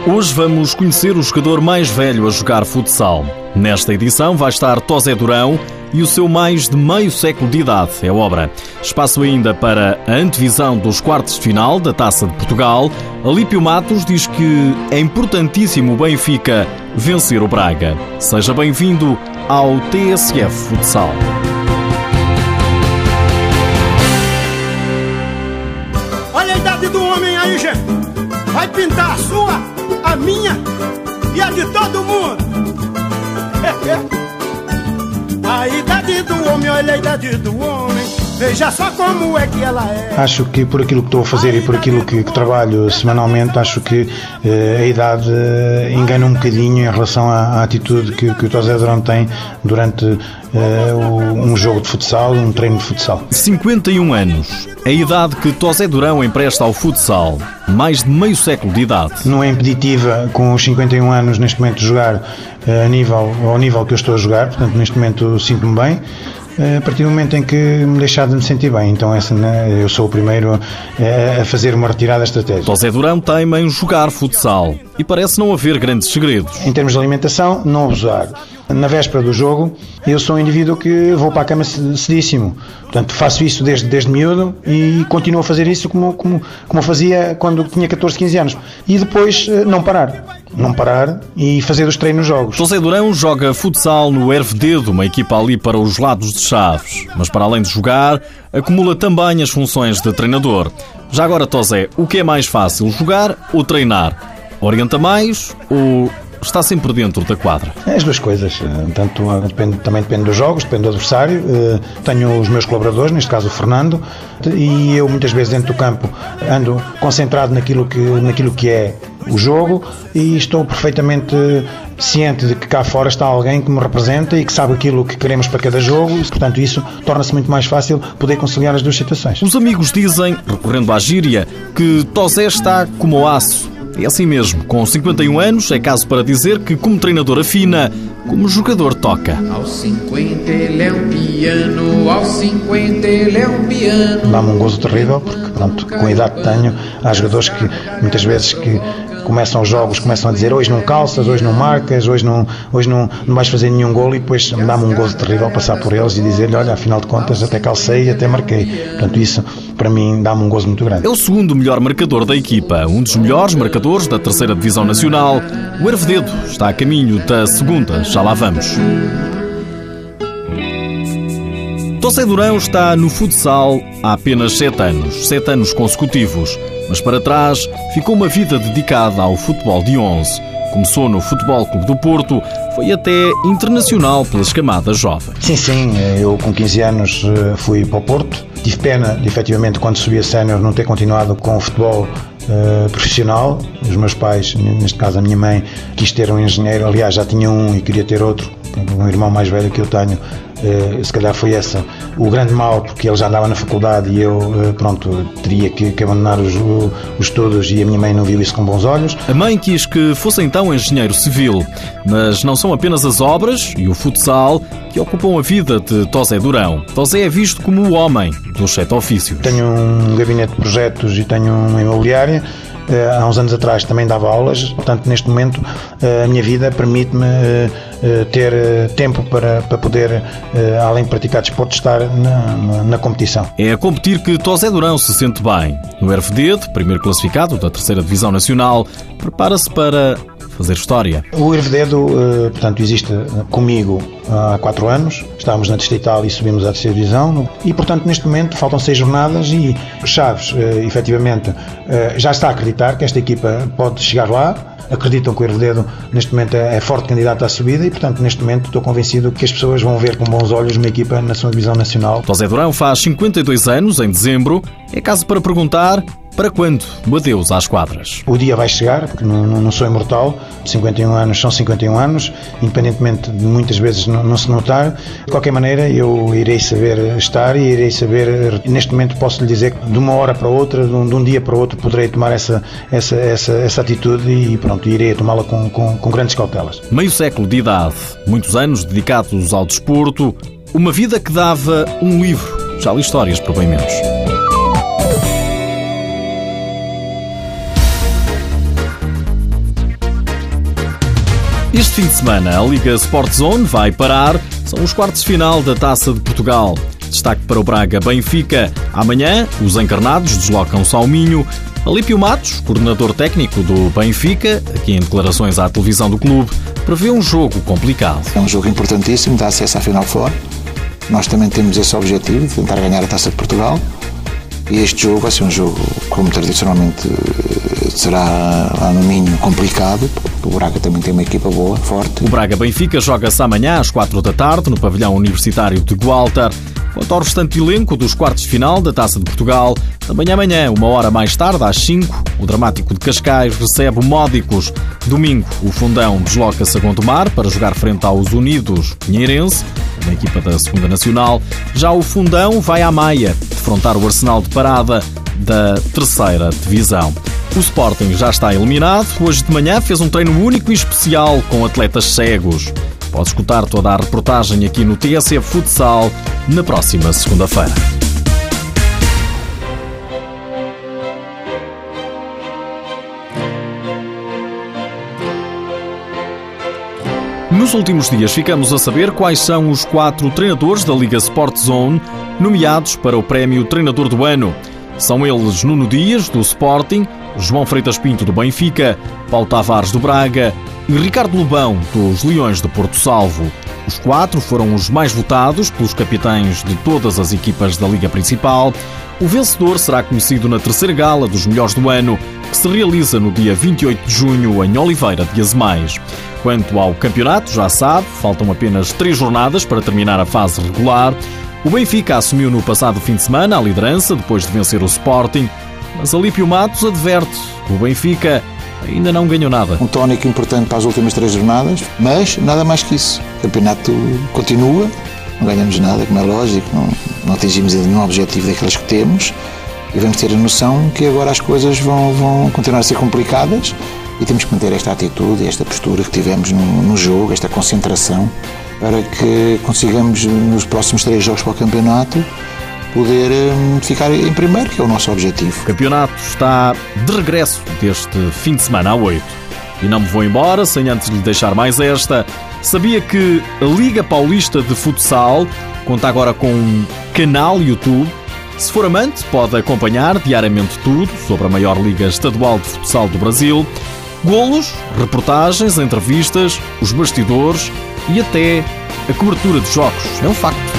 Hoje vamos conhecer o jogador mais velho a jogar futsal. Nesta edição vai estar Tosé Durão e o seu mais de meio século de idade é obra. Espaço ainda para a antevisão dos quartos de final da Taça de Portugal. Alípio Matos diz que é importantíssimo o Benfica vencer o Braga. Seja bem-vindo ao TSF Futsal. Olha a idade do homem aí, gente. Vai pintar a sua, a minha e a de todo mundo. A idade do homem, olha a idade do homem. Veja só como é que ela é. Acho que por aquilo que estou a fazer e por aquilo que trabalho semanalmente, acho que a idade engana um bocadinho em relação à atitude que o Tosé Durão tem durante um jogo de futsal, um treino de futsal. 51 anos, a idade que Tosé Durão empresta ao futsal. Mais de meio século de idade. Não é impeditiva, com os 51 anos neste momento, de jogar ao nível que eu estou a jogar. Portanto, neste momento sinto-me bem. A partir do momento em que me deixar de me sentir bem, então eu sou o primeiro a fazer uma retirada estratégica. Tosé Durão teima em jogar futsal e parece não haver grandes segredos. Em termos de alimentação, não abusar. Na véspera do jogo, eu sou um indivíduo que vou para a cama cedíssimo. Portanto, faço isso desde miúdo e continuo a fazer isso como fazia quando tinha 14, 15 anos. E depois não parar e fazer os treinos nos jogos. Tosé Durão joga futsal no Ervededo, uma equipa ali para os lados de Chaves. Mas para além de jogar, acumula também as funções de treinador. Já agora, Tosé, o que é mais fácil, jogar ou treinar? Orienta mais ou está sempre dentro da quadra? As duas coisas. Também depende dos jogos, depende do adversário. Tenho os meus colaboradores, neste caso o Fernando, e eu muitas vezes dentro do campo ando concentrado naquilo que é o jogo e estou perfeitamente ciente de que cá fora está alguém que me representa e que sabe aquilo que queremos para cada jogo, e, portanto, isso torna-se muito mais fácil poder conciliar as duas situações. Os amigos dizem, recorrendo à gíria, que Tosé está como o aço. É assim mesmo, com 51 anos, é caso para dizer que como treinador afina, como jogador toca. Aos 50 ele é um piano, aos 50 ele é um piano. Dá-me um gozo terrível, porque pronto, com a idade que tenho, há jogadores que muitas vezes que começam os jogos, começam a dizer hoje não calças, hoje não marcas, hoje não vais fazer nenhum golo, e depois dá-me um gozo terrível passar por eles e dizer-lhe, olha, afinal de contas até calcei e até marquei. Portanto, isso para mim dá-me um gozo muito grande. É o segundo melhor marcador da equipa, um dos melhores marcadores da terceira divisão nacional. O Ervededo está a caminho da segunda, já lá vamos. Tosé Durão está no futsal há apenas 7 anos consecutivos, mas para trás ficou uma vida dedicada ao futebol de 11. Começou no Futebol Clube do Porto, foi até internacional pelas camadas jovens. Sim, eu com 15 anos fui para o Porto. Tive pena de, efetivamente, quando subi a sénior, não ter continuado com o futebol profissional. Os meus pais, neste caso a minha mãe, quis ter um engenheiro, aliás já tinha um e queria ter outro, um irmão mais velho que eu tenho. Se calhar foi essa o grande mal, porque ele já andava na faculdade e eu teria que abandonar os estudos, e a minha mãe não viu isso com bons olhos. A mãe quis que fosse então engenheiro civil, mas não são apenas as obras e o futsal que ocupam a vida de Tosé Durão. Tosé é visto como o homem dos 7 ofícios. Tenho um gabinete de projetos e tenho uma imobiliária. Há uns anos atrás também dava aulas, portanto neste momento a minha vida permite-me ter tempo para poder, além de praticar desporto, estar na competição. É a competir que Tosé Durão se sente bem. No Ervededo, primeiro classificado da terceira divisão nacional, prepara-se para fazer história. O Ervededo, portanto, existe comigo há 4 anos. Estávamos na Distrital e subimos à terceira divisão. E, portanto, neste momento faltam 6 jornadas e Chaves, efetivamente, já está a acreditar que esta equipa pode chegar lá. Acreditam que o Ervededo, neste momento, é forte candidato à subida e, portanto, neste momento estou convencido que as pessoas vão ver com bons olhos uma equipa na segunda divisão nacional. Tosé Durão faz 52 anos em dezembro. É caso para perguntar: para quando o adeus às quadras? O dia vai chegar, porque não sou imortal. 51 anos são 51 anos, independentemente de muitas vezes não se notar. De qualquer maneira, eu irei saber estar e irei saber, neste momento posso lhe dizer que de uma hora para outra, de um dia para outro, poderei tomar essa atitude e pronto, irei tomá-la com grandes cautelas. Meio século de idade, muitos anos dedicados ao desporto, uma vida que dava um livro. Já li histórias por bem menos. Este fim de semana, a Liga Sport Zone vai parar. São os quartos de final da Taça de Portugal. Destaque para o Braga-Benfica. Amanhã, os encarnados deslocam-se ao Minho. Alípio Matos, coordenador técnico do Benfica, aqui em declarações à televisão do clube, prevê um jogo complicado. É um jogo importantíssimo, dá acesso à Final Four. Nós também temos esse objetivo de tentar ganhar a Taça de Portugal. E este jogo vai ser um jogo, como tradicionalmente será lá no Minho, complicado. O Braga também tem uma equipa boa, forte. O Braga-Benfica joga-se amanhã às 4 da tarde no pavilhão universitário de Gualtar. Quanto ao restante elenco dos quartos de final da Taça de Portugal, também amanhã, 1 hora mais tarde, às 5, o Dramático de Cascais recebe o Módicos. Domingo, o Fundão desloca-se a Gondomar para jogar frente aos Unidos Pinheirense, uma equipa da 2ª Nacional. Já o Fundão vai à Maia, defrontar o Arsenal de Parada da 3ª Divisão. O Sporting já está eliminado. Hoje de manhã fez um treino único e especial com atletas cegos. Pode escutar toda a reportagem aqui no TSF Futsal na próxima segunda-feira. Nos últimos dias ficamos a saber quais são os 4 treinadores da Liga Sport Zone nomeados para o prémio Treinador do Ano. São eles Nuno Dias, do Sporting, João Freitas Pinto, do Benfica, Paulo Tavares, do Braga e Ricardo Lobão, dos Leões de Porto Salvo. Os 4 foram os mais votados pelos capitães de todas as equipas da Liga Principal. O vencedor será conhecido na 3ª Gala dos Melhores do Ano, que se realiza no dia 28 de junho em Oliveira de Azemais. Quanto ao campeonato, já sabe, faltam apenas 3 jornadas para terminar a fase regular. O Benfica assumiu no passado fim de semana a liderança depois de vencer o Sporting, mas Alípio Matos adverte que o Benfica ainda não ganhou nada. Um tónico importante para as últimas 3 jornadas, mas nada mais que isso. O campeonato continua, não ganhamos nada, como é lógico, não atingimos nenhum objetivo daqueles que temos e vamos ter a noção que agora as coisas vão continuar a ser complicadas e temos que manter esta atitude, esta postura que tivemos no jogo, esta concentração, para que consigamos nos próximos 3 jogos para o campeonato poder ficar em primeiro, que é o nosso objetivo. O campeonato está de regresso deste fim de semana, à 8. E não me vou embora sem antes lhe deixar mais esta. Sabia que a Liga Paulista de Futsal conta agora com um canal YouTube? Se for amante, pode acompanhar diariamente tudo sobre a maior liga estadual de futsal do Brasil. Golos, reportagens, entrevistas, os bastidores e até a cobertura de jogos. É um facto.